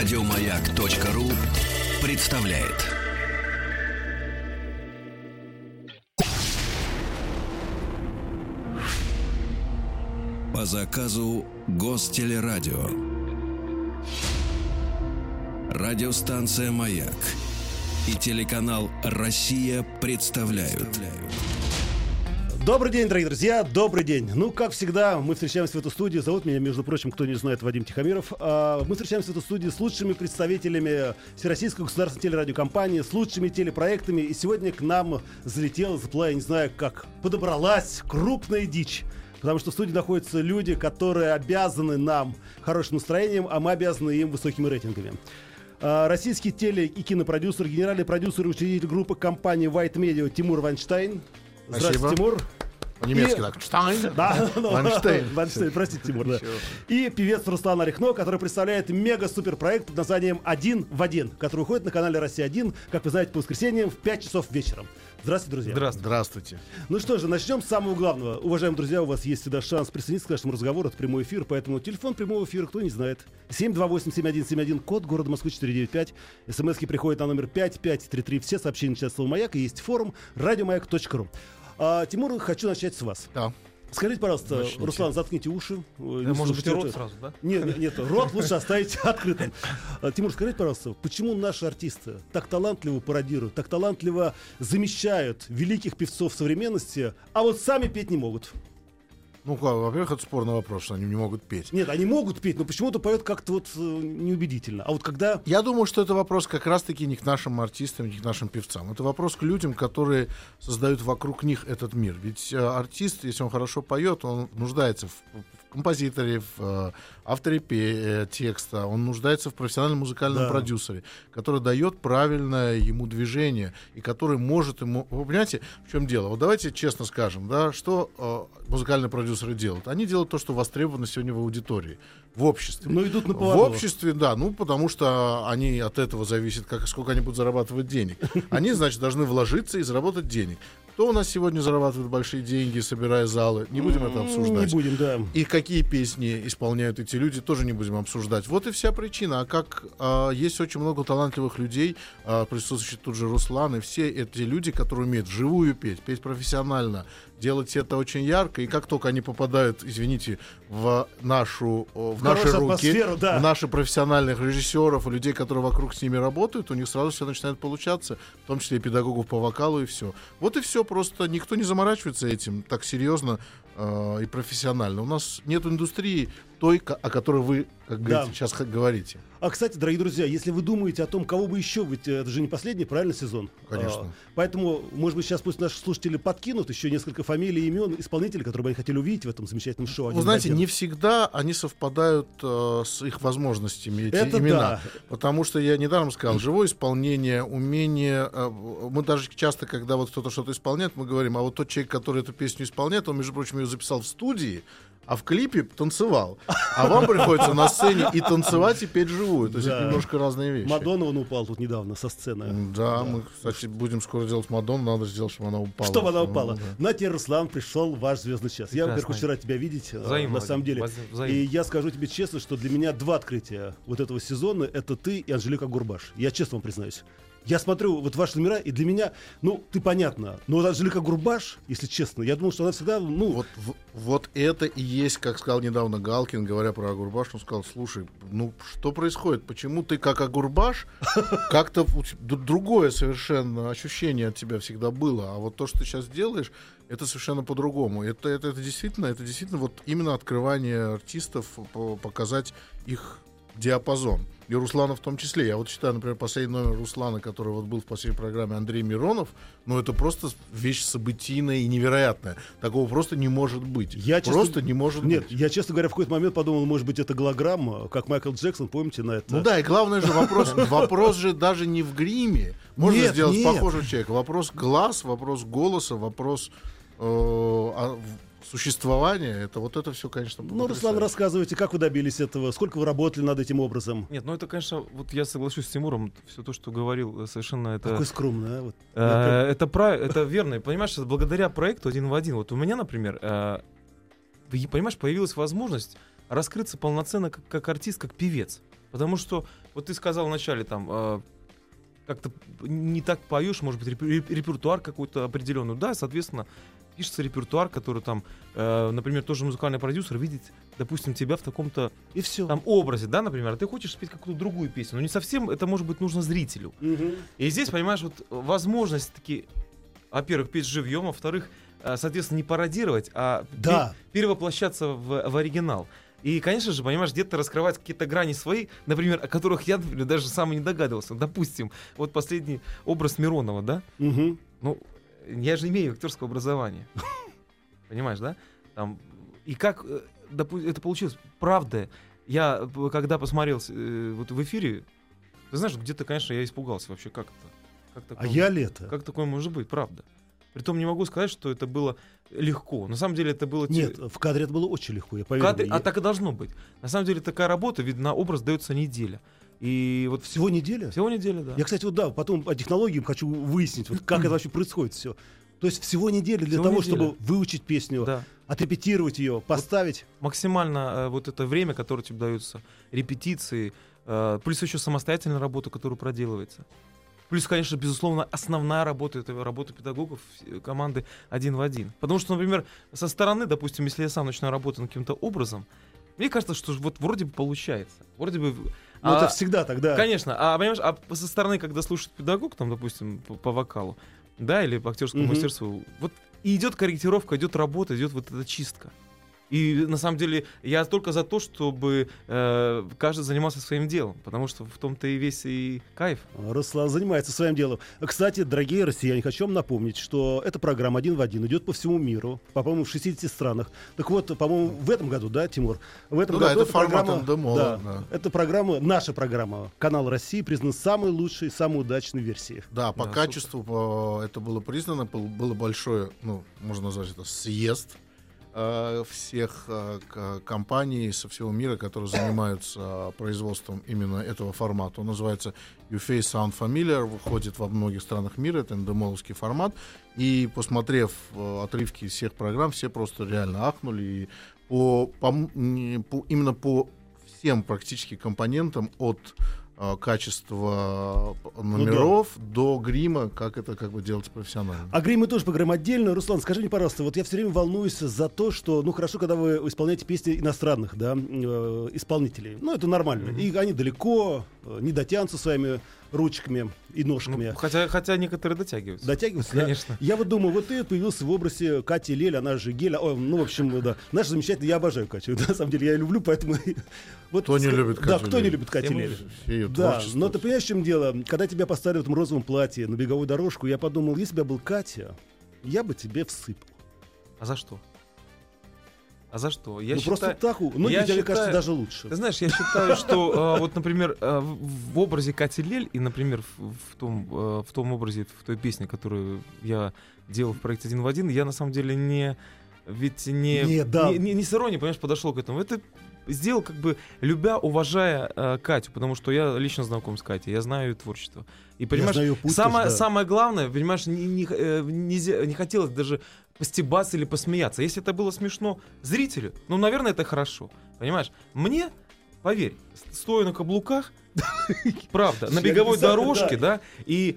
Радиомаяк.ру представляет. По заказу Гостелерадио. Радиостанция «Маяк» и телеканал «Россия» представляют. Добрый день, дорогие друзья, добрый день. Ну, как всегда, мы встречаемся в эту студию. Зовут меня, между прочим, кто не знает, Вадим Тихомиров. Мы встречаемся в этой студии с лучшими представителями Всероссийской государственной телерадиокомпании, с лучшими телепроектами. И сегодня к нам залетела, заплыла, я не знаю как, подобралась крупная дичь. Потому что в студии находятся люди, которые обязаны нам хорошим настроением, а мы обязаны им высокими рейтингами. Российский теле- и кинопродюсер, генеральный продюсер и учредитель группы компании White Media Тимур Вайнштейн. Здравствуйте, Тимур. По-немецки так. Штайн. Да, Вайнштейн. Вайнштейн, простите, Тимур, да. И певец Руслан Орехно, который представляет мега-суперпроект под названием «Один в один», который выходит на канале «Россия-1», как вы знаете, по воскресеньям в 5 часов вечера. Здравствуйте, друзья. Здравствуйте. Ну что же, начнем с самого главного. Уважаемые друзья, у вас есть всегда шанс присоединиться к нашему разговору. Это прямой эфир, поэтому телефон прямого эфира, кто не знает. 728-7171, код города Москвы 495. СМСки приходят на номер 5533. Все сообщения начинают слово «Маяк». И есть форум радиомаяк.ру. Тимур, хочу начать с вас. Да. Скажите, пожалуйста, Начните. Руслан, заткните уши. Может быть, рот сразу, да? Нет, рот лучше оставить открытым. Тимур, скажите, пожалуйста, почему наши артисты так талантливо пародируют, так талантливо замещают великих певцов современности, а вот сами петь не могут? Ну, во-первых, это спорный вопрос, что они не могут петь. Нет, они могут петь, но почему-то поют как-то вот неубедительно. А вот когда... Я думаю, что это вопрос как раз-таки не к нашим артистам, не к нашим певцам. Это вопрос к людям, которые создают вокруг них этот мир. Ведь артист, если он хорошо поет, он нуждается в композиторе, в авторе текста, он нуждается в профессиональном музыкальном продюсере, который дает правильное ему движение и который может ему... Вы понимаете, в чем дело? Вот давайте честно скажем, да, что музыкальные продюсеры делают. Они делают то, что востребовано сегодня в аудитории, в обществе. Но идут на поводу. В обществе, да, ну, потому что они от этого зависит, сколько они будут зарабатывать денег. Они, значит, должны вложиться и заработать денег. Кто у нас сегодня зарабатывает большие деньги, собирая залы? Не будем это обсуждать. Не будем, да. И какие песни исполняют эти люди, тоже не будем обсуждать. Вот и вся причина. А как есть очень много талантливых людей, присутствующий тут же Руслан, и все эти люди, которые умеют вживую петь профессионально, делать это очень ярко, и как только они попадают, извините, в наши руки, да, в наши профессиональных режиссеров и людей, которые вокруг с ними работают, у них сразу все начинает получаться, в том числе и педагогов по вокалу, и все. Вот и все, просто никто не заморачивается этим так серьезно и профессионально. У нас нет индустрии той, о которой вы, как говорите, сейчас говорите. А, кстати, дорогие друзья, если вы думаете о том, кого бы еще, ведь это же не последний, правильно, сезон? Конечно. Поэтому, может быть, сейчас пусть наши слушатели подкинут еще несколько фамилий и имен исполнителей, которые бы они хотели увидеть в этом замечательном шоу. Вы знаете, не всегда они совпадают с их возможностями, эти это имена. Да. Потому что я недаром сказал, живое исполнение, умение. Мы даже часто, когда вот кто-то что-то исполняет, мы говорим, а вот тот человек, который эту песню исполняет, он, между прочим, ее записал в студии, а в клипе танцевал. А вам приходится на сцене и танцевать, и петь живую. То есть это немножко разные вещи. Мадонна, он упал тут недавно со сцены. Да, мы, кстати, будем скоро делать Мадонну, надо сделать, чтобы она упала. Чтобы она упала. На тебе, Руслан, пришел ваш звездный час. Я, во-первых, очень рад тебя видеть, на самом деле. И я скажу тебе честно, что для меня два открытия вот этого сезона — это ты и Анжелика Гурбаш. Я честно вам признаюсь. Я смотрю вот ваши номера, и для меня, ну, ты понятно, но вот Анжелика Гурбаш, если честно, я думал, что она всегда, ну... Вот это и есть, как сказал недавно Галкин, говоря про Агурбаш, он сказал, слушай, ну, что происходит? Почему ты как Агурбаш, как-то другое совершенно ощущение от тебя всегда было, а вот то, что ты сейчас делаешь, это совершенно по-другому. Это действительно вот именно открывание артистов, показать их диапазон. И Руслана в том числе. Я вот считаю, например, последний номер Руслана, который вот был в последней программе, Андрей Миронов, ну это просто вещь событийная и невероятная. Такого просто не может быть. Не может быть. Нет, я, честно говоря, в какой-то момент подумал, может быть, это голограмма, как Майкл Джексон, помните, на это? Ну да, и главное же вопрос же даже не в гриме. Можно сделать похожего человека. Вопрос глаз, вопрос голоса, вопрос существования, это все, конечно, Ну, Руслан, рассказывайте, как вы добились этого, сколько вы работали над этим образом? Нет, ну это, конечно, вот я соглашусь с Тимуром, все то, что говорил, совершенно это... Такой скромный, а? Вот. Это верно, понимаешь, благодаря проекту «Один в один», вот у меня, например, понимаешь, появилась возможность раскрыться полноценно как артист, как певец. Потому что, вот ты сказал вначале, там, как-то не так поешь, может быть, репертуар какой-то определенный. Да, соответственно, пишется репертуар, который там, например, тоже музыкальный продюсер видит, допустим, тебя в таком-то И все. там образе, да, например, а ты хочешь спеть какую-то другую песню, но не совсем это может быть нужно зрителю. И здесь, понимаешь, вот возможность таки, во-первых, петь живьем, а во-вторых, соответственно, не пародировать, а Да. перевоплощаться в оригинал. И, конечно же, понимаешь, где-то раскрывать какие-то грани свои, например, о которых я, например, даже сам и не догадывался. Допустим, вот последний образ Миронова, да? Мгм. Ну, я же имею актерское образование. Понимаешь, да? Там, и как это получилось? Правда, я, когда посмотрел вот в эфире, ты знаешь, где-то, конечно, я испугался вообще, как это? Как А такое, я лето. как такое может быть, правда? Притом не могу сказать, что это было легко. На самом деле это было... Нет, в кадре это было очень легко, я поверю. Кадры, мне. а так и должно быть. На самом деле такая работа, ведь на образ дается неделя. И вот Всего неделя? всего неделя, да. Я, кстати, вот да, потом по технологиям хочу выяснить, вот как это вообще происходит все. То есть всего неделя для Всего того, неделя. чтобы выучить песню, Да. отрепетировать ее, поставить. Максимально вот это время, которое тебе дается, репетиции, плюс еще самостоятельная работа, которая проделывается. Плюс, конечно, безусловно, основная работа — это работа педагогов команды один в один. Потому что, например, со стороны, допустим, если я сам начинаю работать над каким-то образом, мне кажется, что вот вроде бы получается. Вроде бы... Ну, это всегда тогда. Конечно, понимаешь, со стороны, когда слушает педагог, там, допустим, по вокалу, да, или по актерскому Мгм. мастерству, вот и идет корректировка, идет работа, идет вот эта чистка. И на самом деле я только за то, чтобы каждый занимался своим делом, потому что в том-то и весь и кайф. Руслан занимается своим делом. Кстати, дорогие россияне, хочу вам напомнить, что эта программа «Один в один» идет по всему миру, по-моему, в 60 странах. Так вот, по-моему, в этом году, да, Тимур? В этом Ну да, году это формат программа, эндемола, да. эта программа, наша программа, канал России, признан самой лучшей, самой удачной версией. Да, по Да, качеству это было признано, было большое, ну, можно назвать это съезд всех компаний со всего мира, которые занимаются производством именно этого формата. Он называется You Face Sound Familiar, выходит во многих странах мира, это эндемоловский формат. И посмотрев отрывки всех программ, все просто реально ахнули. И именно по всем практически компонентам, от качества номеров до грима, как это как бы делается профессионально. А грим мы тоже поговорим отдельно. Руслан, скажи мне, пожалуйста, вот я все время волнуюсь за то, что, ну, хорошо, когда вы исполняете песни иностранных, да, исполнителей. Ну, это нормально. И они далеко, не дотянутся своими ручками и ножками. Хотя некоторые дотягиваются. Дотягиваются, да? Конечно. Я вот думаю, вот ты появился в образе Кати Лель, она же Геля. Ну, в общем, да. Наша замечательная, я обожаю Катю. На самом деле, я ее люблю, поэтому... Вот, Кто не любит Да, Катю кто не Лель? любит Катю Все мы Лель? Все её Да, творчество. но ты понимаешь, в чем дело? Когда тебя поставили в этом розовом платье на беговую дорожку, я подумал, если бы я был Катя, я бы тебе всыпал. А за что? А за что? Я Ну, считаю, просто так, ну, я мне кажется, считаю- даже лучше. Ты знаешь, я считаю, что вот, например, в образе Кати Лель и, например, в том образе, в той песне, которую я делал в проекте «Один в один», я на самом деле не с иронией, понимаешь, подошел к этому. Это сделал как бы любя, уважая Катю, потому что я лично знаком с Катей, я знаю ее творчество. И понимаешь, знаю её путь самое, тоже, да. самое главное, понимаешь, не хотелось даже постебаться или посмеяться. Если это было смешно зрителю, ну, наверное, это хорошо. Понимаешь? Мне, поверь, стоя на каблуках, правда, на беговой дорожке, да, и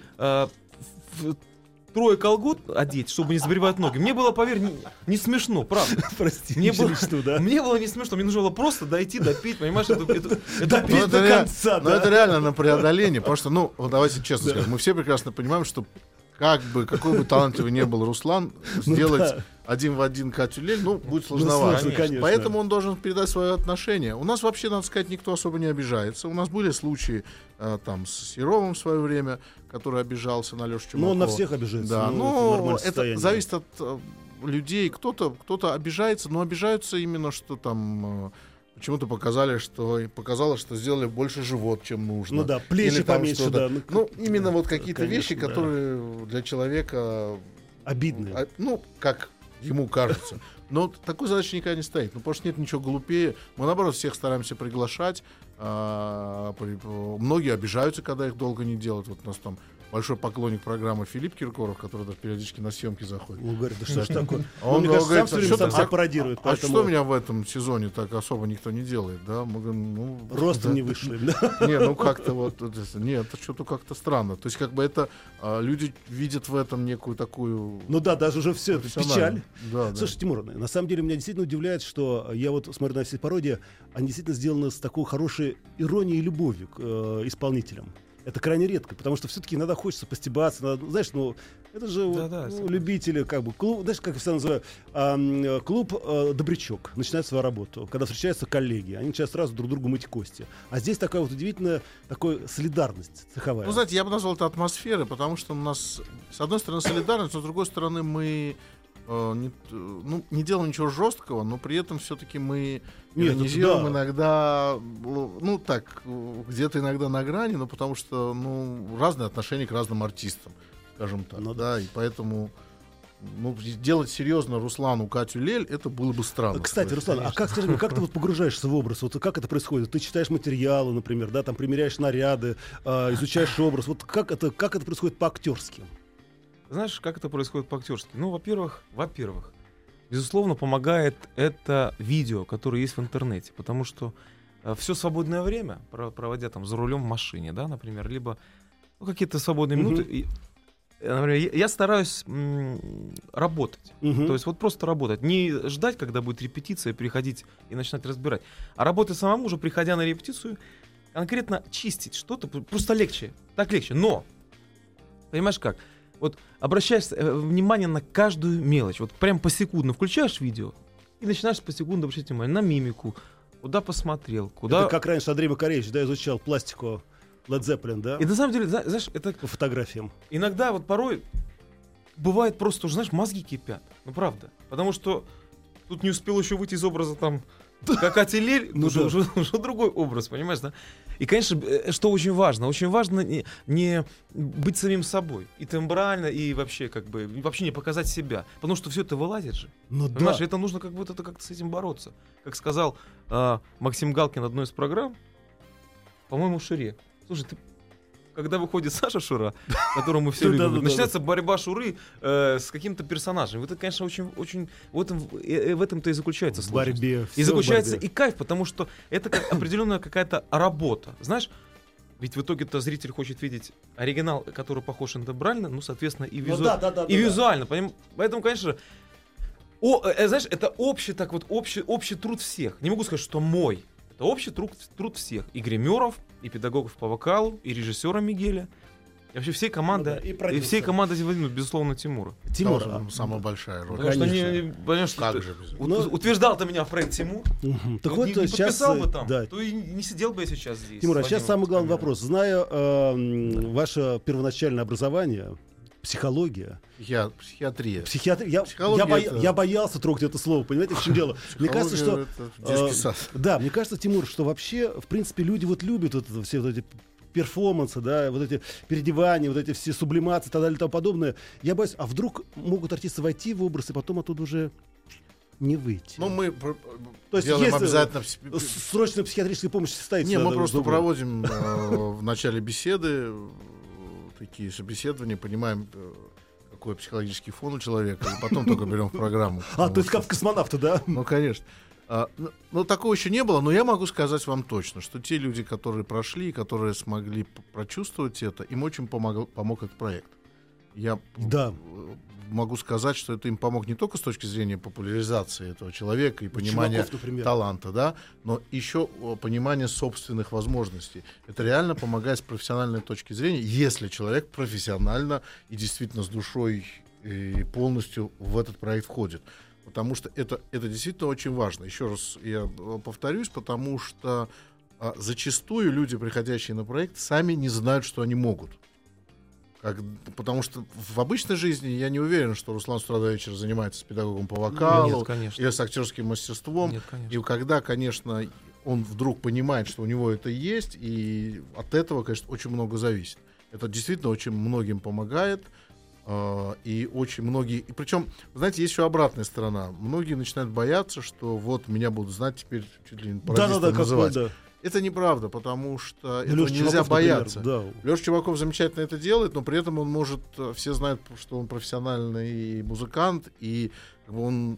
трое колгот одеть, чтобы не заболевать ноги. Мне было, поверь, не смешно, правда. Прости, Мне было, что, да. мне было не смешно, мне нужно было просто дойти, допить, понимаешь, это Допить Ну, до это конца, но да. это реально на преодоление, потому что, ну, вот давайте честно скажем, мы все прекрасно понимаем, что какой бы талантливый не был Руслан, сделать да. один в один Катю Лель, ну, будет сложновато. сложно, конечно. Поэтому он должен передать свое отношение. У нас вообще, надо сказать, никто особо не обижается. У нас были случаи там с Серовым в свое время, который обижался на Лешу Чумакова. Ну, он на всех обижается. Да, ну, это но нормальное это состояние. зависит от людей. Кто-то обижается, но обижаются именно, что там почему-то показалось, что сделали больше живот, чем нужно. Ну да, плечи Или там поменьше, что-то. да. Ну, именно вот какие-то конечно, вещи, да. которые для человека, Обидные. ну, как ему кажется. Но такой задачи никогда не стоит. Ну, потому что нет ничего глупее. Мы, наоборот, всех стараемся приглашать. Многие обижаются, когда их долго не делают. Вот у нас там большой поклонник программы Филипп Киркоров, который даже периодически на съемки заходит. Он говорит, да что ж такое? Он Мне кажется, сам говорит, все время сам себя пародирует. а что меня в этом сезоне так особо никто не делает, да? Мы говорим, ну, Ростом да. не вышли. Да? Не, ну как-то вот, нет, это что-то как-то странно. То есть как бы это люди видят в этом некую такую... Ну да, даже уже все, это печаль. Да, Слушай, Тимур, на самом деле меня действительно удивляет, что я вот смотрю на все пародии, они действительно сделаны с такой хорошей иронией и любовью к исполнителям. Это крайне редко, потому что все-таки иногда хочется постебаться, знаешь, ну это же любители, как бы, клуб, знаешь, как я всегда называю, клуб «Добрячок» начинает свою работу, когда встречаются коллеги, они начинают сразу друг другу мыть кости. А здесь такая вот удивительная такая солидарность цеховая. Ну, знаете, я бы назвал это атмосферой, потому что у нас, с одной стороны, солидарность, но с другой стороны, мы не делаем ничего жесткого, но при этом все-таки мы иронизируем иногда, ну так, где-то иногда на грани, но потому что, ну, разные отношения к разным артистам, скажем так, да, и поэтому, ну, делать серьезно Руслану, Катю, Лель, это было бы странно. Кстати, Руслан, а как, скажи мне, как ты вот погружаешься в образ? Вот как это происходит? Ты читаешь материалы, например, да, там примеряешь наряды, изучаешь образ. Вот как это происходит по-актерски? Знаешь, как это происходит по-актерски? Ну, во-первых, безусловно, помогает это видео, которое есть в интернете, потому что все свободное время, проводя там за рулем в машине, да, например, либо какие-то свободные минуты, например, я стараюсь работать, то есть вот просто работать, не ждать, когда будет репетиция, приходить и начинать разбирать, а работать самому уже, приходя на репетицию, конкретно чистить что-то, просто легче, так легче, но, понимаешь как? Вот обращаешь внимание на каждую мелочь. Вот прям посекундно включаешь видео и начинаешь посекундно обращать внимание на мимику, куда посмотрел, куда... Это как раньше Андрей Макаревич, да, изучал пластику Led Zeppelin, да? И на самом деле, знаешь, это... По фотографиям. Иногда вот порой бывает просто, уже, знаешь, мозги кипят. Ну, правда. Потому что тут не успел еще выйти из образа там... Как Катя Лель, уже другой образ, понимаешь, да? И, конечно, что очень важно не быть самим собой. И тембрально, и вообще, как бы, вообще не показать себя. Потому что все это вылазит же. Ну, понимаешь, да. это нужно как-то с этим бороться. Как сказал Максим Галкин в одной из программ, по-моему, Шуре. Слушай, когда выходит Саша Шура, которого мы все любим, начинается борьба Шуры с каким-то персонажем. Это, конечно, очень в этом-то и заключается сложность. Борьбе. И заключается и кайф, потому что это определенная какая-то работа. Знаешь, ведь в итоге-то зритель хочет видеть оригинал, который похож интегрально, ну, соответственно, и визуально. Поэтому, конечно, знаешь, это общий труд всех. Не могу сказать, что мой. Это общий труд всех. И гримеров, и педагогов по вокалу, и режиссера Мигеля. И вообще всей команды, и всей команды, безусловно, Тимура. Тимур самая большая роль. Потому что утверждал ты меня в проект Тимур. Так вот, не сейчас, подписал бы там, то и не сидел бы я сейчас здесь. Тимур, а сейчас самый главный вопрос. Зная ваше первоначальное образование, психология. Психиатрия. Я боялся трогать это слово, понимаете, в чем дело? Мне кажется, что... Да, мне кажется, Тимур, что вообще, в принципе, люди вот любят все вот эти перформансы, да, вот эти переодевания, вот эти все сублимации и так далее и тому подобное. Я боюсь, а вдруг могут артисты войти в образ и потом оттуда уже не выйти? Ну, мы то есть делаем обязательно... Срочная психиатрическая помощь состоится. Не, мы просто проводим в начале беседы такие собеседования, понимаем, какой психологический фон у человека, и потом только берем в программу. То есть как в космонавта, да? Ну, конечно. Ну, такого еще не было, но я могу сказать вам точно, что те люди, которые прошли, которые смогли прочувствовать это, им очень помог этот проект. Я могу сказать, что это им помог не только с точки зрения популяризации этого человека и понимания таланта, да, но еще понимания собственных возможностей. Это реально помогает с профессиональной точки зрения, если человек профессионально и действительно с душой и полностью в этот проект входит. Потому что это действительно очень важно. Еще раз я повторюсь, потому что зачастую люди, приходящие на проект, сами не знают, что они могут. Потому что в обычной жизни я не уверен, что Руслан с утра до вечера занимается с педагогом по вокалу или с актерским мастерством. Нет, и когда, конечно, он вдруг понимает, что у него это есть, и от этого, конечно, очень много зависит. Это действительно очень многим помогает. И очень многие... И причем, знаете, есть еще обратная сторона. Многие начинают бояться, что вот меня будут знать теперь чуть ли не пародистом называть. Это неправда, потому что этого Лёша нельзя Чуваков, бояться. например, да. Лёша Чуваков замечательно это делает, но при этом он может... Все знают, что он профессиональный музыкант, и как бы он...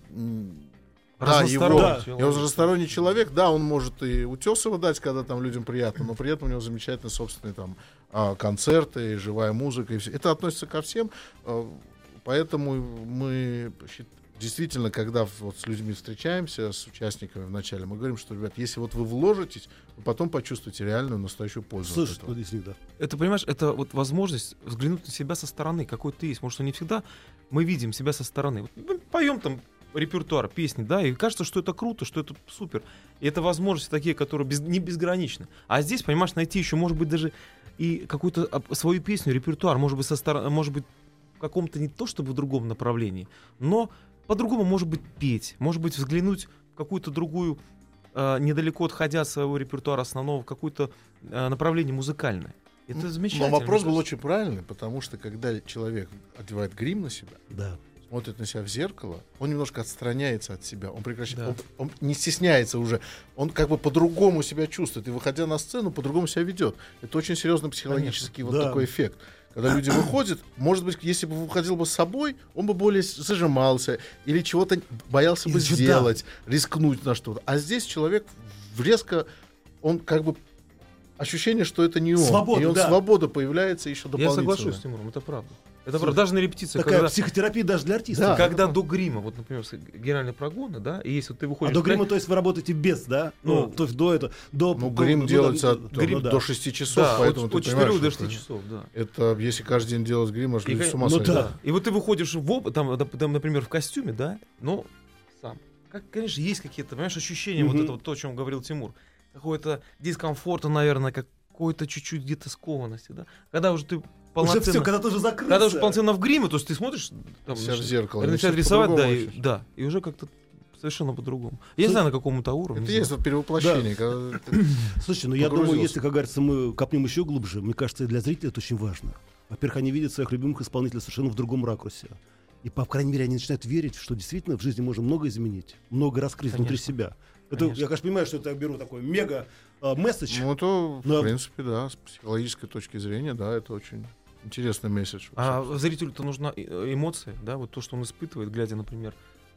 Да, Разносторонний и он разносторонний человек, да, он может и Утесова дать, когда там людям приятно, но при этом у него замечательные собственные там концерты, живая музыка и все. Это относится ко всем, поэтому мы действительно, когда вот с людьми встречаемся, с участниками вначале, мы говорим, что, ребят, если вот вы вложитесь, вы потом почувствуете реальную, настоящую пользу. Слушай, ну, из них, да. Это, понимаешь, это вот возможность взглянуть на себя со стороны, какой ты есть. Может, что не всегда мы видим себя со стороны. Вот мы поем там репертуар, песни, да, и кажется, что это круто, что это супер. И это возможности такие, которые не безграничны. А здесь, понимаешь, найти еще, может быть, даже и какую-то свою песню, репертуар, может быть, может быть, в каком-то не то чтобы в другом направлении, но по-другому, может быть, петь, может быть, взглянуть в какую-то другую, недалеко отходя от своего репертуара основного, в какое-то направление музыкальное. Это замечательно. Но вопрос был очень правильный, потому что когда человек одевает грим на себя, Да. смотрит на себя в зеркало, он немножко отстраняется от себя, он прекращает, Да. он не стесняется уже, он как бы по-другому себя чувствует, и выходя на сцену, по-другому себя ведет. Это очень серьезный психологический вот Да. такой эффект. Когда люди выходят, может быть, если бы выходил бы с собой, он бы более зажимался или чего-то боялся бы Да. сделать, рискнуть на что-то. А здесь человек резко, он как бы ощущение, что это не он. Свобода, и он да. свобода появляется еще Я дополнительно. соглашусь с Тимуром, это правда. Это правда. Даже на репетициях, Такая когда, психотерапия даже для артистов. Да. когда до грима, вот, например, генеральные прогоны, да, и если вот ты А выходишь... до грима, то есть вы работаете без, да? Ну, то есть до этого, до... Ну, грим делается до 6 часов, да, поэтому от ты 4 понимаешь, до что 6 часов, да. это если каждый день делать грим, аж люди с ума ну сойдут. да. И вот ты выходишь там, например, в костюме, да, но сам. Конечно, есть какие-то, понимаешь, ощущения, вот это вот то, о чем говорил Тимур. Какое-то дискомфорта, наверное, какой-то чуть-чуть где-то скованности, да. Когда уже ты Уже полноценно... все, когда ты уже закрылся. Когда уже полноценно в гриме, то есть ты смотришь, там, Себя в зеркало. начинают Всё рисовать, да, по-другому очень. и уже как-то совершенно по-другому. Я не знаю, на каком-то уровне. Это не есть знаю. вот перевоплощение. когда ты- Слушайте, ну я думаю, Погрузился. если, как говорится, мы копнем еще глубже, мне кажется, и для зрителей это очень важно. Во-первых, они видят своих любимых исполнителей совершенно в другом ракурсе. И, по крайней мере, они начинают верить, что действительно в жизни можно много изменить, много раскрыть внутри Конечно. себя. Это, Конечно. я, конечно, понимаю, что это я беру такой мега месседж. Ну, это, Да. в принципе, да, с психологической точки зрения, да, это очень интересный месседж. А зрителю-то нужна эмоция, да, вот то, что он испытывает, глядя, например,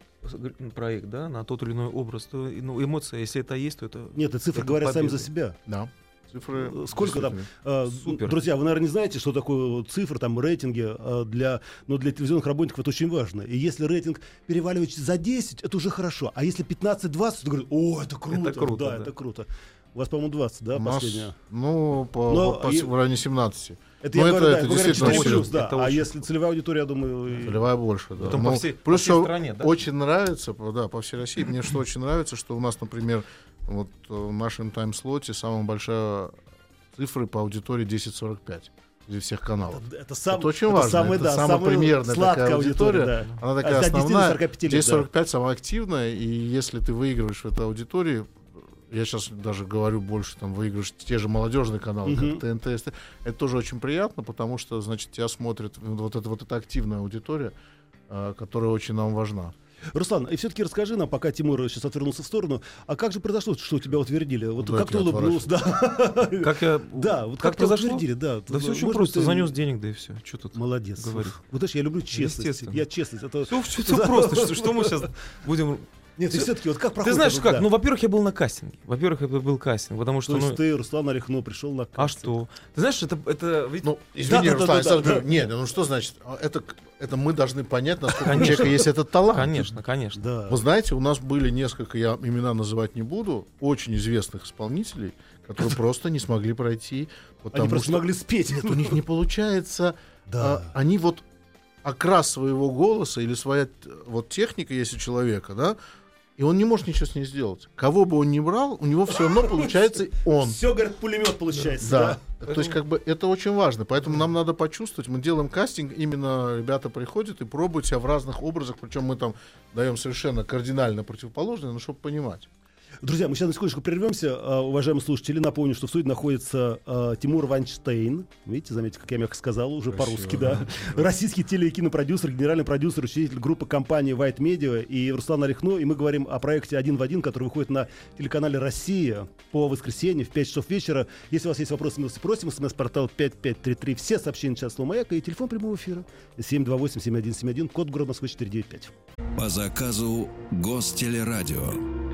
на проект, да, на тот или иной образ, то эмоция, если это есть, то это... Нет, и цифры это говорят сами победа. за себя. Да. Цифры Сколько там? действительно. Супер. Друзья, вы, наверное, не знаете, что такое цифры, там, рейтинги для телевизионных работников это очень важно. И если рейтинг переваливает за 10, это уже хорошо. А если 15-20, то говорят, о, это круто. Это круто, да, да. это круто. У вас, по-моему, 20, да, У нас, последняя? ну, Но и- в районе 17. Это Ну, я это- говорю, да, это вы говорите, действительно 4 плюс, очень- да. это А очень если целевая аудитория, я думаю... Целевая больше, да. Потом Ну, по всей плюс всей что стране, да? очень нравится, да, по всей России. Мне что очень нравится, что у нас, например, вот в нашем тайм-слоте самая большая цифра по аудитории 10:45 из всех каналов. Это Это очень важно. самый, Это да, самая самая примерная сладкая такая аудитория. да. Она такая От 10 до основная. 45 лет, да. 10:45 самая активная, и если ты выигрываешь в этой аудитории, я сейчас даже говорю больше, там выигрываешь те же молодежные каналы, Мгм. как ТНТ, СТ. Это тоже очень приятно, потому что, значит, тебя смотрит вот эта активная аудитория, которая очень нам важна. Руслан, и все-таки расскажи нам, пока Тимур сейчас отвернулся в сторону, а как же произошло, что тебя утвердили? Вот Куда как ты тебя улыбнулся? Да, Как я... да, вот как как тебя произошло? утвердили? Да, Да все очень Может просто, быть, ты- занес денег, да и все. Что тут? Молодец. говорить? Вот знаешь, я люблю честность. Естественно. Я честность. Это... Все просто. Что мы сейчас будем... Нет, и все-таки вот как проходит? Ты знаешь, этот, как? да. Ну, во-первых, я был на кастинге. Во-первых, это был кастинг, потому что... То есть ну, ты, Руслан Орехно, пришел на А кастинг. что? Ты знаешь, это ведь... Ну, извини, да, Руслан, да, Александрович, да. говорю, нет, ну что значит? Это мы должны понять, насколько у Конечно. человека есть этот талант. Конечно, конечно. Да. Вы знаете, у нас были несколько, я имена называть не буду, очень известных исполнителей, которые просто не смогли пройти, потому Они просто что могли спеть. нет, у них не получается. Да. Они вот окрас своего голоса или своя вот техника есть у человека, да, и он не может ничего с ней сделать. Кого бы он ни брал, у него все равно получается он. Все, говорят, пулемет получается. Да. Да. То есть, как бы, это очень важно. Поэтому нам надо почувствовать. Мы делаем кастинг, именно ребята приходят и пробуют себя в разных образах. Причем мы там даем совершенно кардинально противоположные, но чтобы понимать. Друзья, мы сейчас на секундочку прервемся, уважаемые слушатели. Напомню, что в студии находится Тимур Вайнштейн. Видите, заметьте, как я мягко сказал, уже красиво, по-русски, да. Российский теле- и кинопродюсер, генеральный продюсер, учредитель группы компании White Media и Руслан Алихно. И мы говорим о проекте «Один в один», который выходит на телеканале «Россия» по воскресеньям в 5 часов вечера. Если у вас есть вопросы, милости просим. СМС-портал 5533. Все сообщения сейчас слово «Маяк» и телефон прямого эфира 728-7171, код города Москвы 495. По заказу Гостелерадио.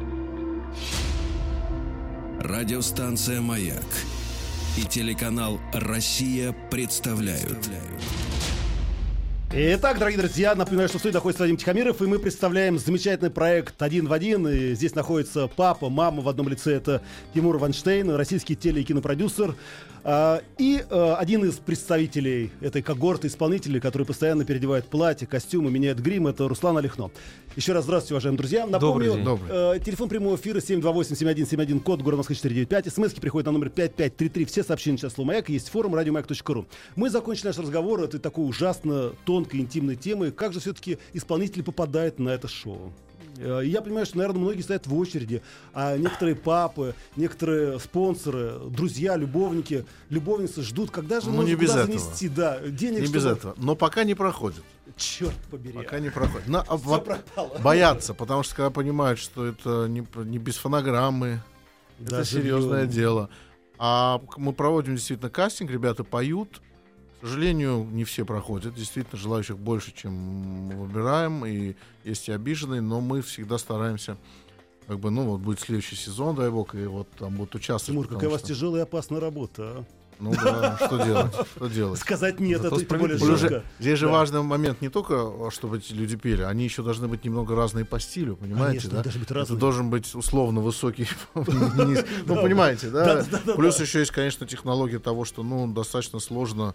Радиостанция «Маяк» и телеканал «Россия» представляют. Итак, дорогие друзья, напоминаю, что в студии находится Вадим Тихомиров, и мы представляем замечательный проект «Один в один». И здесь находится папа, мама в одном лице, это Тимур Вайнштейн, российский теле- и кинопродюсер. И один из представителей этой когорты исполнителей, которые постоянно переодевают платье, костюмы, меняют грим, это Руслан Алихно. Еще раз здравствуйте, уважаемые друзья. Напомню, телефон прямого эфира 728-7171, код города Москвы 495. СМСки приходят на номер 5533. Все сообщения сейчас слово «Маяк». Есть форум радиомаяк.ру. Мы закончили наш разговор этой такой ужасно тонкой, интимной темы. Как же все-таки исполнители попадают на это шоу? Я понимаю, что, наверное, многие стоят в очереди, а некоторые папы, некоторые спонсоры, друзья, любовники, любовницы ждут, когда же можно куда занести денег. Не без этого. Но пока не проходит. Черт побери. Пока не проходит. Боятся, потому что когда понимают, что это не без фонограммы, это серьезное дело. А мы проводим действительно кастинг, ребята поют. К сожалению, не все проходят. Действительно, желающих больше, чем мы выбираем. И есть и обиженные, но мы всегда стараемся. Будет следующий сезон, дай бог, и вот там будут участвовать. Тимур, какая у вас тяжелая и опасная работа, а? Ну да, что делать? Сказать нет, это тем более жестко. Здесь же важный момент не только, чтобы эти люди пели, они еще должны быть немного разные по стилю, понимаете? Конечно, да? Это должен быть условно высокий, ну понимаете, да? Плюс еще есть, конечно, технология того, что достаточно сложно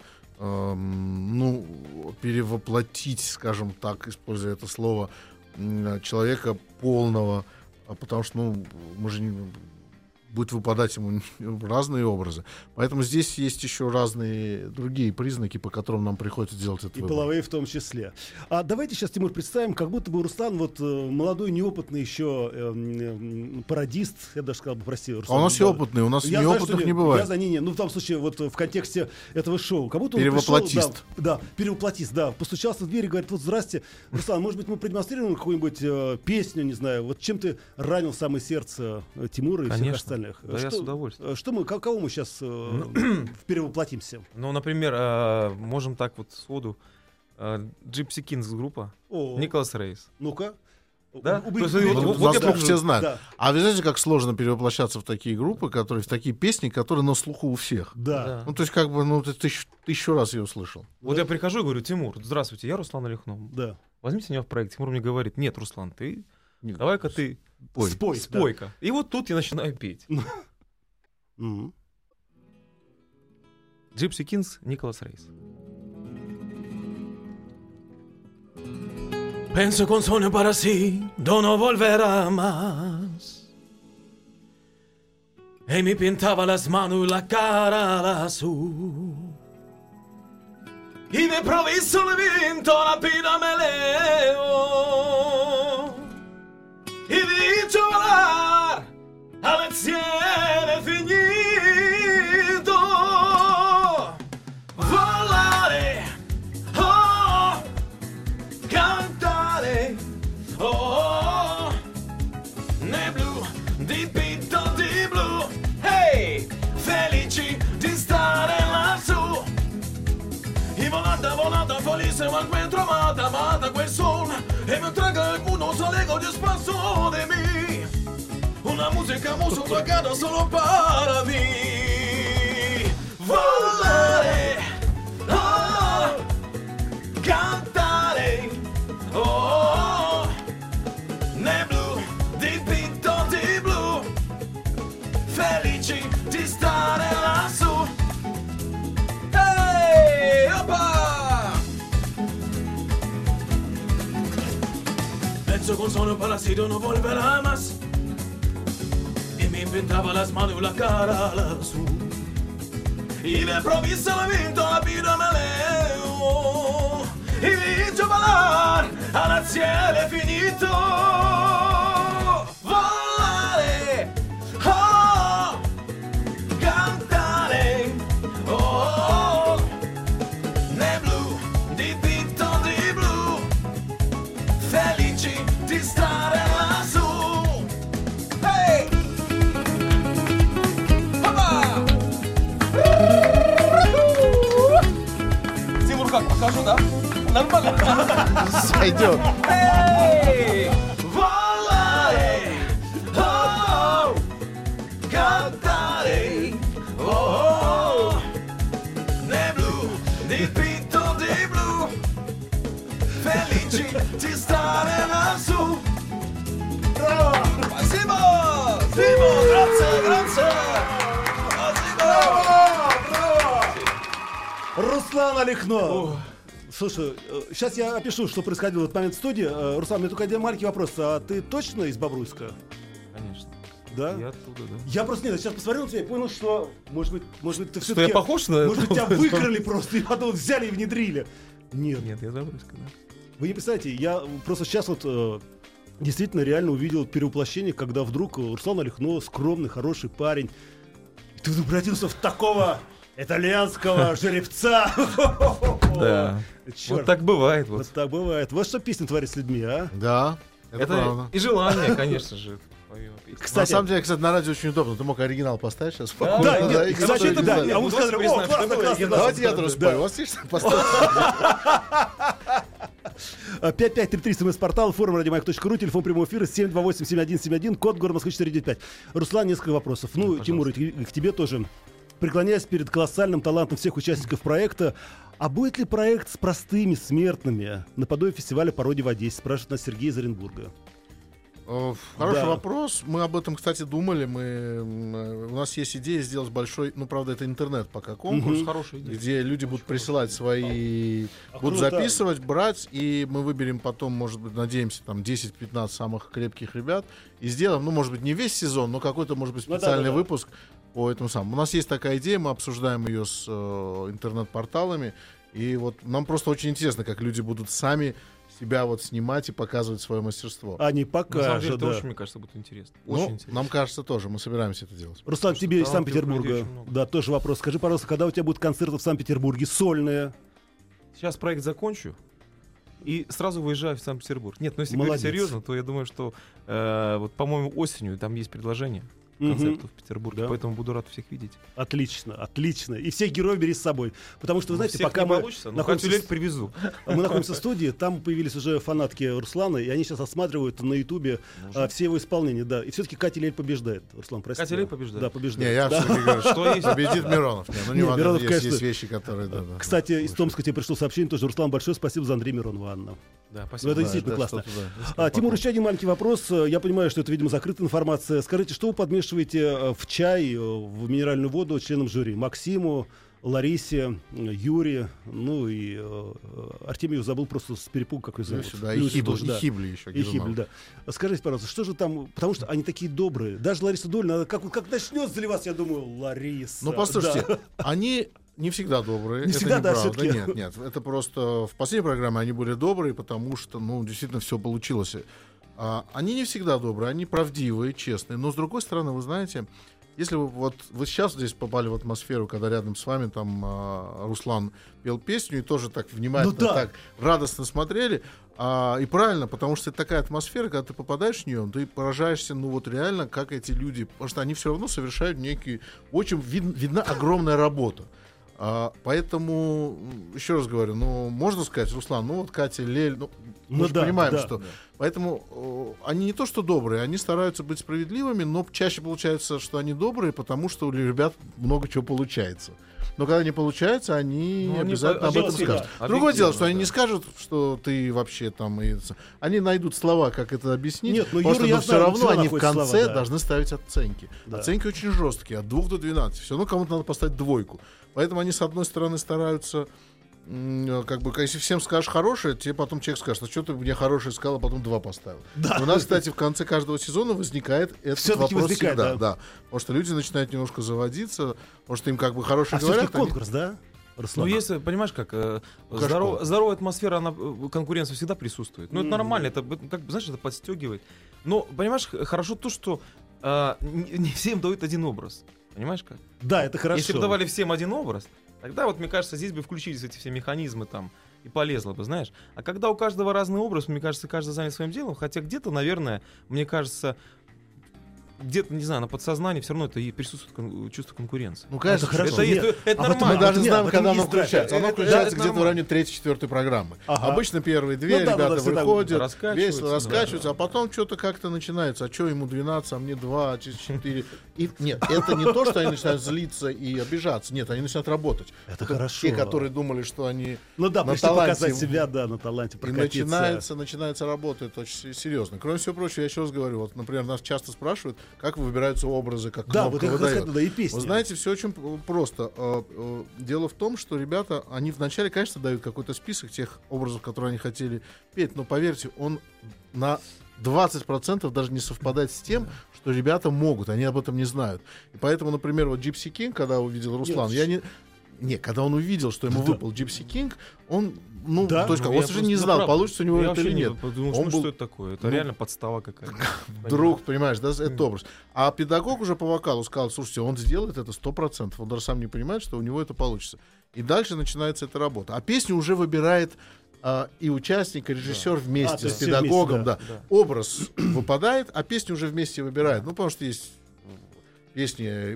перевоплотить, скажем так, используя это слово, человека полного, потому что мы же не... будет выпадать ему разные образы. Поэтому здесь есть еще разные другие признаки, по которым нам приходится делать это. И половые в том числе. А давайте сейчас, Тимур, представим, как будто бы Руслан, молодой, неопытный еще пародист, я даже сказал бы, прости, Руслан. А у нас все опытные, у нас неопытных не бывает. В том случае, в контексте этого шоу. Как будто он перевоплотист. Пришел, перевоплотист, постучался в дверь и говорит: вот здрасте, Руслан, может быть, мы продемонстрируем какую-нибудь песню, не знаю, вот чем ты ранил самое сердце Тимура и всех остальных? Да, я с удовольствием. Кого мы сейчас перевоплотимся? Например, можем так вот сходу. Gypsy Kings группа. Николас Рейс. Ну-ка. Да? Вот все знают. Да. А вы знаете, как сложно перевоплощаться в такие группы, в такие песни, которые на слуху у всех? Да. То есть, ты тысячу раз ее услышал. Вот я прихожу и говорю: Тимур, здравствуйте, я Руслан Алихно. Да. Возьмите меня в проект. Тимур мне говорит: нет, Руслан, давай-ка ты спой-ка. Да. И вот тут я начинаю петь. Gypsy Kings, Николас Рейс. Penso con sueño para sí, no volverá más. Y me pintaba las manos y la cara azul. Y de improviso le vinto la pira me leo. Y dicho volar al cielo infinito. Volare, cantare, nel blu, dipinto di blu. Hey, felici di stare lassù. E volata, felice, ma ben trovata, amata quel sole. E mi traga il mondo, salego di spasso di me. Una musica molto tocata solo para mí. Volare, cantare, nel blu, dipinto di blu. Felici di stare lassù. Hey, opa! Penso con sueño para sí no volverá más. Y me pintaba las manos y la cara azul. Y de improviso le vinto la vida me leo. Y dicho volar al cielo infinito. Volare, Пойдет. Руслан Алихно. Слушай, сейчас я опишу, что происходило в этот момент в студии. Руслан, у меня только один маленький вопрос. А ты точно из Бобруйска? Конечно. Да? Я оттуда, да. Я просто нет, сейчас посмотрел на тебя и понял, что, может быть, ты Что все-таки... я похож на... Может быть, тебя выкрали просто и потом взяли и внедрили. Нет. Нет, я из Бобруйска, да. Вы не представляете, я просто сейчас вот действительно реально увидел перевоплощение, когда вдруг Руслан Алихно, скромный, хороший парень, ты вдруг превратился в такого итальянского жеребца. Да. Вот так бывает. Вот так бывает. Вот что песня творит с людьми, а? Да, это правда. И желание, конечно же. На самом деле, кстати, на радио очень удобно. Ты мог оригинал поставить сейчас спокойно. Да, и нет, кстати, это да. А мы сказали, о, классно, классно. Давайте я тоже спою. У вас есть что поставить? 5533 СМС-портал, форум радиомаяк.ру, телефон прямого эфира 728-7171, код города Москвы 495. Руслан, несколько вопросов. Ну, Тимур, и к тебе тоже. Преклоняясь перед колоссальным талантом всех участников проекта, а будет ли проект с простыми смертными наподобие фестиваля пародий в Одессе, спрашивает нас Сергей из Оренбурга. Хороший Да. вопрос. Мы об этом, кстати, думали. У нас есть идея сделать большой, ну, правда, это интернет пока конкурс, Хорошая идея. где люди будут присылать свои, будут круто. записывать, брать, и мы выберем потом, может быть, надеемся, там 10-15 самых крепких ребят и сделаем, ну, может быть, не весь сезон, но какой-то, может быть, специальный выпуск по этому самому. У нас есть такая идея, мы обсуждаем ее с интернет-порталами, и вот нам просто очень интересно, как люди будут сами себя вот снимать и показывать свое мастерство. Они На самом деле, покажут, это да. очень, мне кажется, будет интересно. Ну, Очень интересно. нам кажется тоже, мы собираемся это делать. Руслан, Потому тебе из что талантливых людей Санкт-Петербурга. очень много. Да, тоже вопрос. Скажи, пожалуйста, когда у тебя будут концерты в Санкт-Петербурге сольные? Сейчас проект закончу и сразу выезжаю в Санкт-Петербург. Нет, ну если Молодец. говорить серьезно, то я думаю, что вот, по-моему, осенью там есть предложение концертов в Петербурге, Да. поэтому буду рад всех видеть. Отлично, отлично. И всех героев бери с собой. Потому что, вы знаете, Всех пока не мы получится, но находимся, Катю Лель привезу. мы находимся в студии, там появились уже фанатки Руслана, и они сейчас осматривают на Ютубе все его исполнения. Да. И все-таки Катя Лель побеждает. Руслан, прости. Катя Лель побеждает? Да, Не, побеждает. я Да. все-таки говорю, Что есть? победит Миронов. Не, ну не Не, важно, Миронов, есть конечно. вещи, которые... Да. Кстати, из Томска тебе пришло сообщение тоже. Руслан, большое спасибо за Андрея Миронова, Анна. Да, Ну, спасибо. это действительно классно. что-то, Тимур, еще один маленький вопрос. Я понимаю, что это, видимо, закрытая информация. Скажите, что вы подмешиваете в чай, в минеральную воду членам жюри? Максиму, Ларисе, Юре, ну и Артемию забыл просто с перепугу, как ее зовут. Сюда, Люсю и Хибли, тоже, да. и Хибли еще. И Хибли, да. Скажите, пожалуйста, что же там, потому что они такие добрые. Даже Лариса Долина, как начнет заливаться, я думаю, Лариса. Ну, послушайте, да. они не всегда добрые. Не это всегда, да, неправда. всё-таки. Нет, нет. Это просто в последней программе они были добрые, потому что, ну, действительно все получилось. Они не всегда добрые, они правдивые, честные. Но, с другой стороны, вы знаете, если вы сейчас здесь попали в атмосферу, когда рядом с вами там Руслан пел песню и тоже так внимательно, Ну да. так радостно смотрели, и правильно, потому что это такая атмосфера, когда ты попадаешь в нее, ты поражаешься, ну вот реально, как эти люди, потому что они все равно совершают некий, очень видна огромная работа. Поэтому, еще раз говорю, ну, можно сказать, Руслан, ну вот Катя Лель, ну, мы же да, понимаем, да. что... Поэтому они не то что добрые, они стараются быть справедливыми, но чаще получается, что они добрые, потому что у ребят много чего получается. Но когда не получается, они Ну, они обязательно об этом объективно, скажут. да. Другое дело, что они Объективно, не да. скажут, что ты вообще там... Они найдут слова, как это объяснить, Нет, ну, потому Юра, что я все знаю, равно всегда они в находят конце слова, да. должны ставить оценки. Да. Оценки очень жесткие, от 2 до 12. Все равно кому-то надо поставить 2. Поэтому они, с одной стороны, стараются... Как бы, если всем скажешь хорошее, тебе потом человек скажет, а что ты мне хорошее сказал, а потом 2 поставил. У нас, кстати, в конце каждого сезона возникает этот Всё-таки вопрос возникает, всегда. да. Да. Потому что люди начинают немножко заводиться, потому что им как бы хорошие А все-таки говорят. они- конкурс, да, Ну, Руслан? если, понимаешь, как Конечно. здоровая атмосфера, она, конкуренция всегда присутствует. Ну, это нормально, это, как бы, знаешь, это подстегивает. Но, понимаешь, хорошо то, что не всем дают один образ. Понимаешь как? Да, это хорошо. Если бы давали всем один образ, тогда вот, мне кажется, здесь бы включились эти все механизмы там, и полезло бы, знаешь. А когда у каждого разный образ, мне кажется, каждый занят своим делом, хотя где-то, наверное, мне кажется, где-то, не знаю, на подсознании все равно это и присутствует чувство конкуренции. Ну, конечно, Это хорошо. Это, есть, Нет, это а вот нормально. Мы даже нет, знаем, в этом когда оно есть драйв. включается. Оно Это включается где-то в нормально. районе 3-4 программы. Ага. Обычно первые две Ну да, ребята всегда выходят, раскачиваются, весело да. раскачиваются, а потом что-то как-то начинается. А что ему 12, а мне 2, а через 4. И нет, это не то, что они начинают злиться и обижаться. Нет, они начинают работать. Это хорошо. Те, которые думали, что они Ну да, на пришли таланте показать себя, да, на таланте и прокатиться. начинается работа, это очень серьезно. Кроме всего прочего, я еще раз говорю, вот, например, нас часто спрашивают, как выбираются образы, как Да, кнопка вот я выдает. хотел, да, и песни. Вы знаете, все очень просто. Дело в том, что ребята, они вначале, конечно, дают какой-то список тех образов, которые они хотели петь, но поверьте, он на 20% даже не совпадает с тем, что ребята могут, они об этом не знают. И поэтому, например, вот Gypsy King, когда увидел Руслан, когда он увидел, что ему выпал Gypsy King, он, Да? то есть, Ну, он я уже не просто- знал, ну, получится у него Я это вообще или не нет. подумал, Он был- что это такое. Это ну, реально подстава какая-то. Друг, понимаешь, да, этот образ. А педагог уже по вокалу сказал, слушайте, он сделает это 100%. Он даже сам не понимает, что у него это получится. И дальше начинается эта работа. А песню уже выбирает и участник, и режиссер вместе то с есть все педагогом. вместе, Да. Образ выпадает, а песню уже вместе выбирает. Ну, потому что есть песни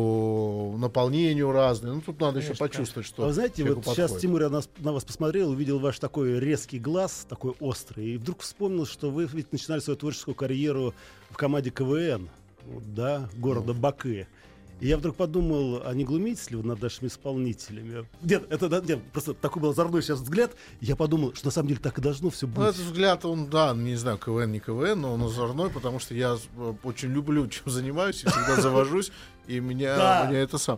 по наполнению разные. Ну, тут надо еще почувствовать, что А вы знаете, человеку вот сейчас подходит. Тимур, я на вас посмотрел, увидел ваш такой резкий глаз, такой острый, и вдруг вспомнил, что вы ведь начинали свою творческую карьеру в команде КВН, вот, да, города Баку. И я вдруг подумал, а не глумитесь ли вы над нашими исполнителями? Нет, просто такой был озорной сейчас взгляд. Я подумал, что на самом деле так и должно все Ну, быть. этот взгляд, он, да, не знаю, КВН, не КВН, но он озорной, потому что я очень люблю, чем занимаюсь, и всегда завожусь, и меня это сам...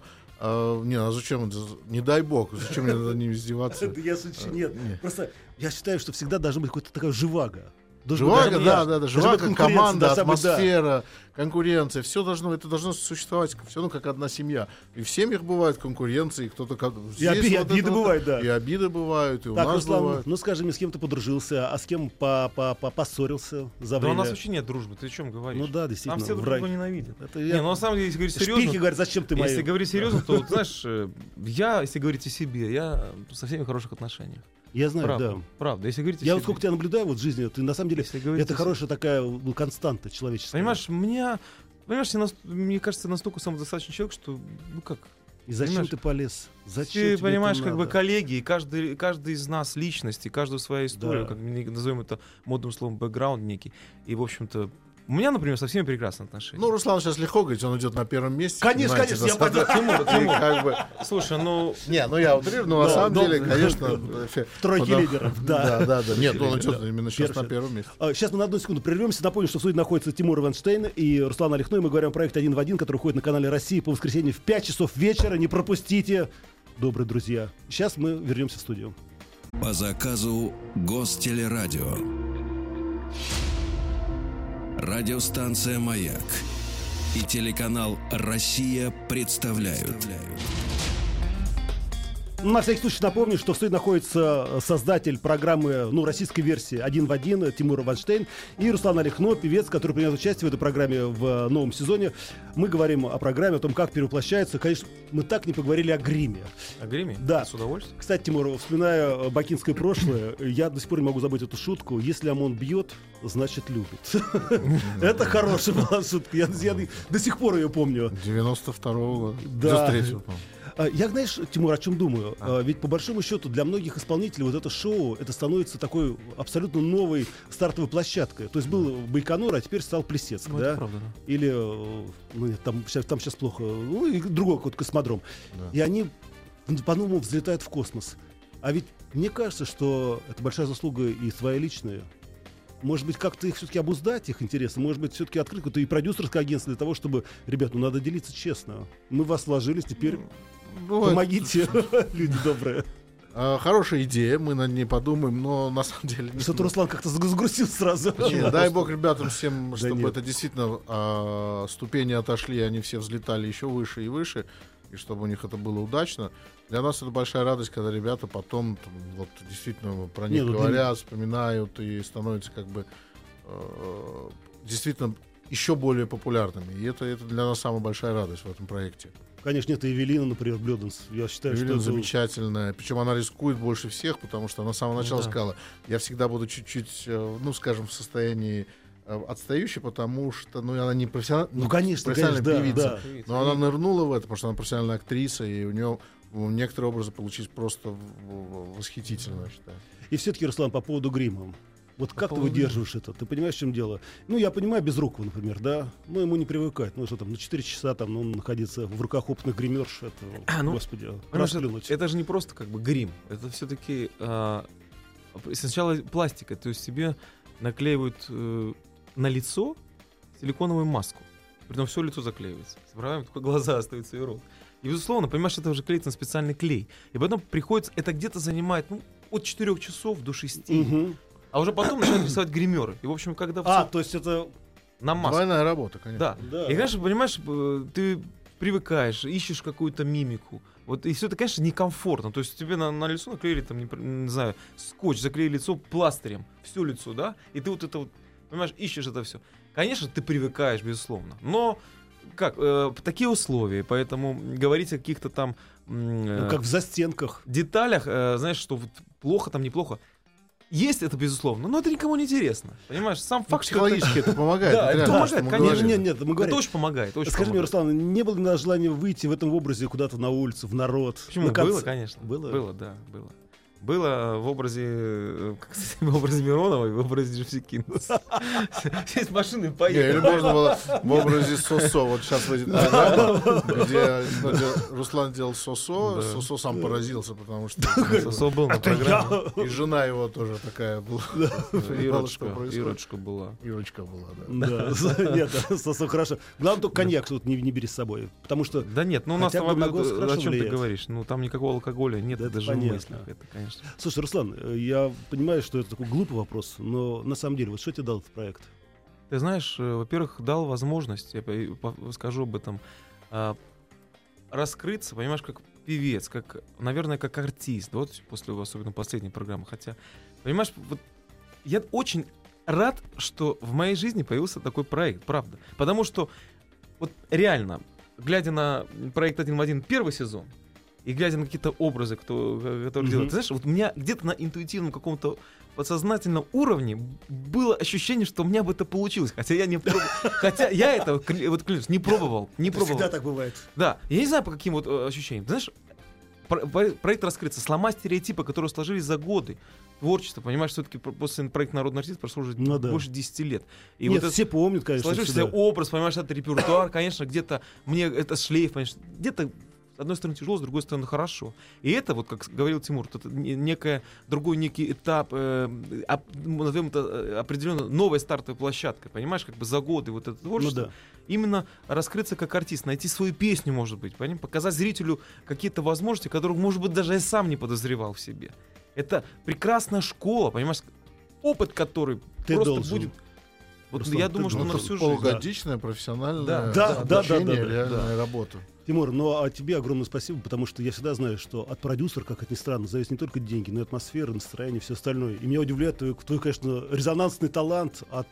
а зачем это? Не дай бог, зачем мне над ними издеваться? Я шучу, нет. нет. Просто я считаю, что всегда должна быть какая-то такая живага. Живаго, да, должна живаго, быть конкуренция, команда, должна быть, да. атмосфера, конкуренция, это должно существовать, все равно как одна семья. И в семьях бывают конкуренции, кто-то И обиды бывают, да. И обиды бывают, и у Так, нас Руслан, бывают. ну скажи мне, с кем ты подружился, а с кем поссорился за Да у время? нас вообще нет дружбы, ты о чем говоришь? Ну да, Нам действительно, все друг враг. друга ненавидят. Это Не, ну на самом деле, если говорить Шпихи серьезно, говорят, зачем ты мои? если говорить серьезно, то, вот, знаешь, я, если говорить о себе, я со всеми в хороших отношениях. Я знаю, Правда, да. правда. Если говорить о Я себе, вот сколько тебя наблюдаю вот в жизни, ты на самом деле, если говорить это о себе. хорошая такая константа человеческая. Понимаешь, мне кажется, настолько самодостаточный человек, что, ну как, И зачем понимаешь, ты полез? Зачем ты тебе понимаешь, это как бы надо? коллеги, и каждый из нас личности, каждую свою историю, Да. как мы назовем это модным словом, бэкграунд некий. И, в общем-то, у меня, например, со всеми прекрасные отношения. Ну, Руслан сейчас легко говорит, он идет на первом месте. Конечно, понимаете, конечно, я за собой. понял. И как бы... Слушай, ну, Не, ну я утрирую, но на Да, самом да, деле, да. конечно... В тройке потому- лидеров, да. Да. Нет, он идет Да. именно сейчас Первый. на первом месте. Сейчас мы на одну секунду прервемся. Напомню, что в студии находится Тимур Иванштейн и Руслан Олехной. Мы говорим о проекте «Один в один», который уходит на канале России по воскресенье в 5 часов вечера. Не пропустите, добрые друзья. Сейчас мы вернемся в студию. По заказу Гостелерадио. Радиостанция «Маяк» и телеканал «Россия» представляют. На всякий случай напомню, что в студии находится создатель программы, российской версии «Один в один» Тимур Иванштейн и Руслан Олехно, певец, который принимает участие в этой программе в новом сезоне. Мы говорим о программе, о том, как перевоплощается. Конечно, мы так не поговорили о гриме. о гриме? Да. С удовольствием. Кстати, Тимур, вспоминая бакинское прошлое, я до сих пор не могу забыть эту шутку. Если ОМОН бьет, значит любит. Это хорошая была шутка. Я до сих пор ее помню. 92-го года. Да. 93-го, по-моему. Я, знаешь, Тимур, о чем думаю? Ведь по большому счету для многих исполнителей вот это шоу, это становится такой абсолютно новой стартовой площадкой. То есть был Байконур, а теперь стал Плесецк, Ну, да? это правда, да. Или, нет, там сейчас плохо, и другой какой-то космодром. Да. И они по-новому взлетают в космос. А ведь мне кажется, что это большая заслуга и своя личная. Может быть, как-то их все-таки обуздать, их интересы? Может быть, все-таки открыть какое-то и продюсерское агентство для того, чтобы, ребят, надо делиться честно. Мы в вас вложились, теперь помогите, люди добрые. Хорошая идея, мы над ней подумаем, но на самом деле... Что-то Руслан как-то загрузил сразу. Не, дай бог ребятам всем, Да чтобы нет. это действительно ступени отошли, они все взлетали еще выше и выше, и чтобы у них это было удачно. Для нас это большая радость, когда ребята потом вот действительно про них Не, ну, говорят, вспоминают и становятся как бы действительно еще более популярными. И это для нас самая большая радость в этом проекте. Конечно, это Эвелина, например, Блёданс. Я считаю, Эвелина что это... замечательная. Причем она рискует больше всех, потому что она с самого начала да. сказала, я всегда буду чуть-чуть, скажем, в состоянии отстающей, потому что она не Ну, конечно, профессиональная конечно, певица. Но она нырнула в это, потому что она профессиональная актриса, и у нее некоторые образы получились просто восхитительно, я считаю. И все-таки, Руслан, по поводу грима. Вот как ты выдерживаешь это? Ты понимаешь, в чем дело? Ну, я понимаю, Безрукову, например, да? Ну, ему не привыкать. Ну, что там, на 4 часа там, находиться в руках опытных гримерш, это, господи, расплюнуть. Это же не просто как бы грим. Это все-таки сначала пластика. То есть тебе наклеивают на лицо силиконовую маску. Притом все лицо заклеивается. Правильно? Только глаза остаются и рот. И, безусловно, понимаешь, это уже клеится на специальный клей. И потом приходится... Это где-то занимает от 4 часов до 6. А уже потом начинают рисовать гримеры. И, в общем, когда... то есть это... На маску. Двойная работа, конечно. Да. И, конечно, понимаешь, ты привыкаешь, ищешь какую-то мимику. Вот, и все это, конечно, некомфортно. То есть тебе на лицо наклеили, там, не знаю, скотч, заклеили лицо пластырем. Все лицо, да? И ты вот это вот, понимаешь, ищешь это все. Конечно, ты привыкаешь, безусловно. Но такие условия, поэтому говорить о каких-то там... как в застенках. Деталях, знаешь, что вот плохо там, неплохо. Есть это, безусловно, но это никому не интересно. Понимаешь, сам факт, что психологически это помогает. Да, это помогает, конечно. Нет, мы говорим. Это очень помогает. Скажи мне, Руслан, не было ли у нас желания выйти в этом образе куда-то на улицу, в народ? Почему? Было, конечно. Было, да, было. Было в образе Мироновой, в образе Джеффсикинс. Сесть в машину и поехать. Или можно было в образе Сосо. Вот сейчас выйдет программа, где Руслан делал Сосо. Сосо сам поразился, потому что Сосо был на программе. И жена его тоже такая была. Ирочка была. Ирочка была, да. Нет, Сосо хорошо. Главное, только коньяк тут не бери с собой. Потому что... Да нет, у нас о чем ты говоришь? Ну там никакого алкоголя нет, даже в мыслях. Это, конечно. Слушай, Руслан, я понимаю, что это такой глупый вопрос, но на самом деле, вот что тебе дал этот проект? Ты знаешь, во-первых, дал возможность, я скажу об этом, раскрыться, понимаешь, как певец, как, наверное, как артист, да, вот после особенно последней программы. Хотя, понимаешь, вот я очень рад, что в моей жизни появился такой проект, правда. Потому что вот реально, глядя на проект «Один в один» первый сезон, и глядя на какие-то образы, которые делают, ты знаешь, вот у меня где-то на интуитивном каком-то подсознательном уровне было ощущение, что у меня бы это получилось. Хотя я не пробовал. Хотя я это, вот клянусь, не пробовал. Всегда так бывает. Да. Я не знаю, по каким вот ощущениям. Ты знаешь, проект раскрыться, сломать стереотипы, которые сложились за годы творчества. Понимаешь, все-таки после проекта «Народный артист» прошло уже больше 10 лет. И нет, вот все помнят, конечно. Сложившийся образ, понимаешь, это репертуар, конечно, где-то мне это шлейф, понимаешь, где-то с одной стороны тяжело, с другой стороны хорошо. И это, вот как говорил Тимур, это некий этап, назовем это определенно новой стартовой площадкой, понимаешь, как бы за годы вот это творчество. Именно раскрыться как артист, найти свою песню, может быть, понимаешь, показать зрителю какие-то возможности, которых, может быть, даже я сам не подозревал в себе. Это прекрасная школа, понимаешь, опыт, который ты просто должен. Будет... Вот я думаю, что на всю жизнь. Полугодичная профессиональная обучение, реальная работа. Тимур, ну а тебе огромное спасибо, потому что я всегда знаю, что от продюсера, как это ни странно, зависит не только деньги, но и атмосфера, настроение, все остальное. И меня удивляет твой, конечно, резонансный талант от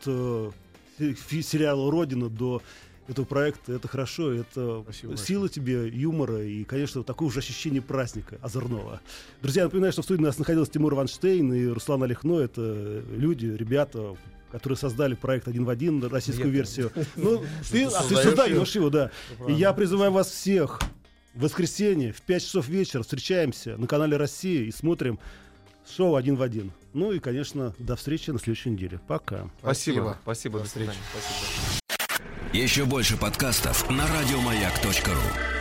сериала «Родина» до этого проекта. Это хорошо, это сила тебе, юмора и, конечно, такое уже ощущение праздника озорного. Друзья, напоминаю, что в студии у нас находился Тимур Ванштейн и Руслан Алихно. Это люди, ребята, которые создали проект «Один в один», российскую версию. Ну, ты создаешь его, да. И я призываю вас всех в воскресенье в 5 часов вечера встречаемся на канале «Россия» и смотрим шоу «Один в один». Ну и, конечно, до встречи на следующей неделе. Пока. Спасибо. До встречи. Еще больше подкастов на радиомаяк.ру.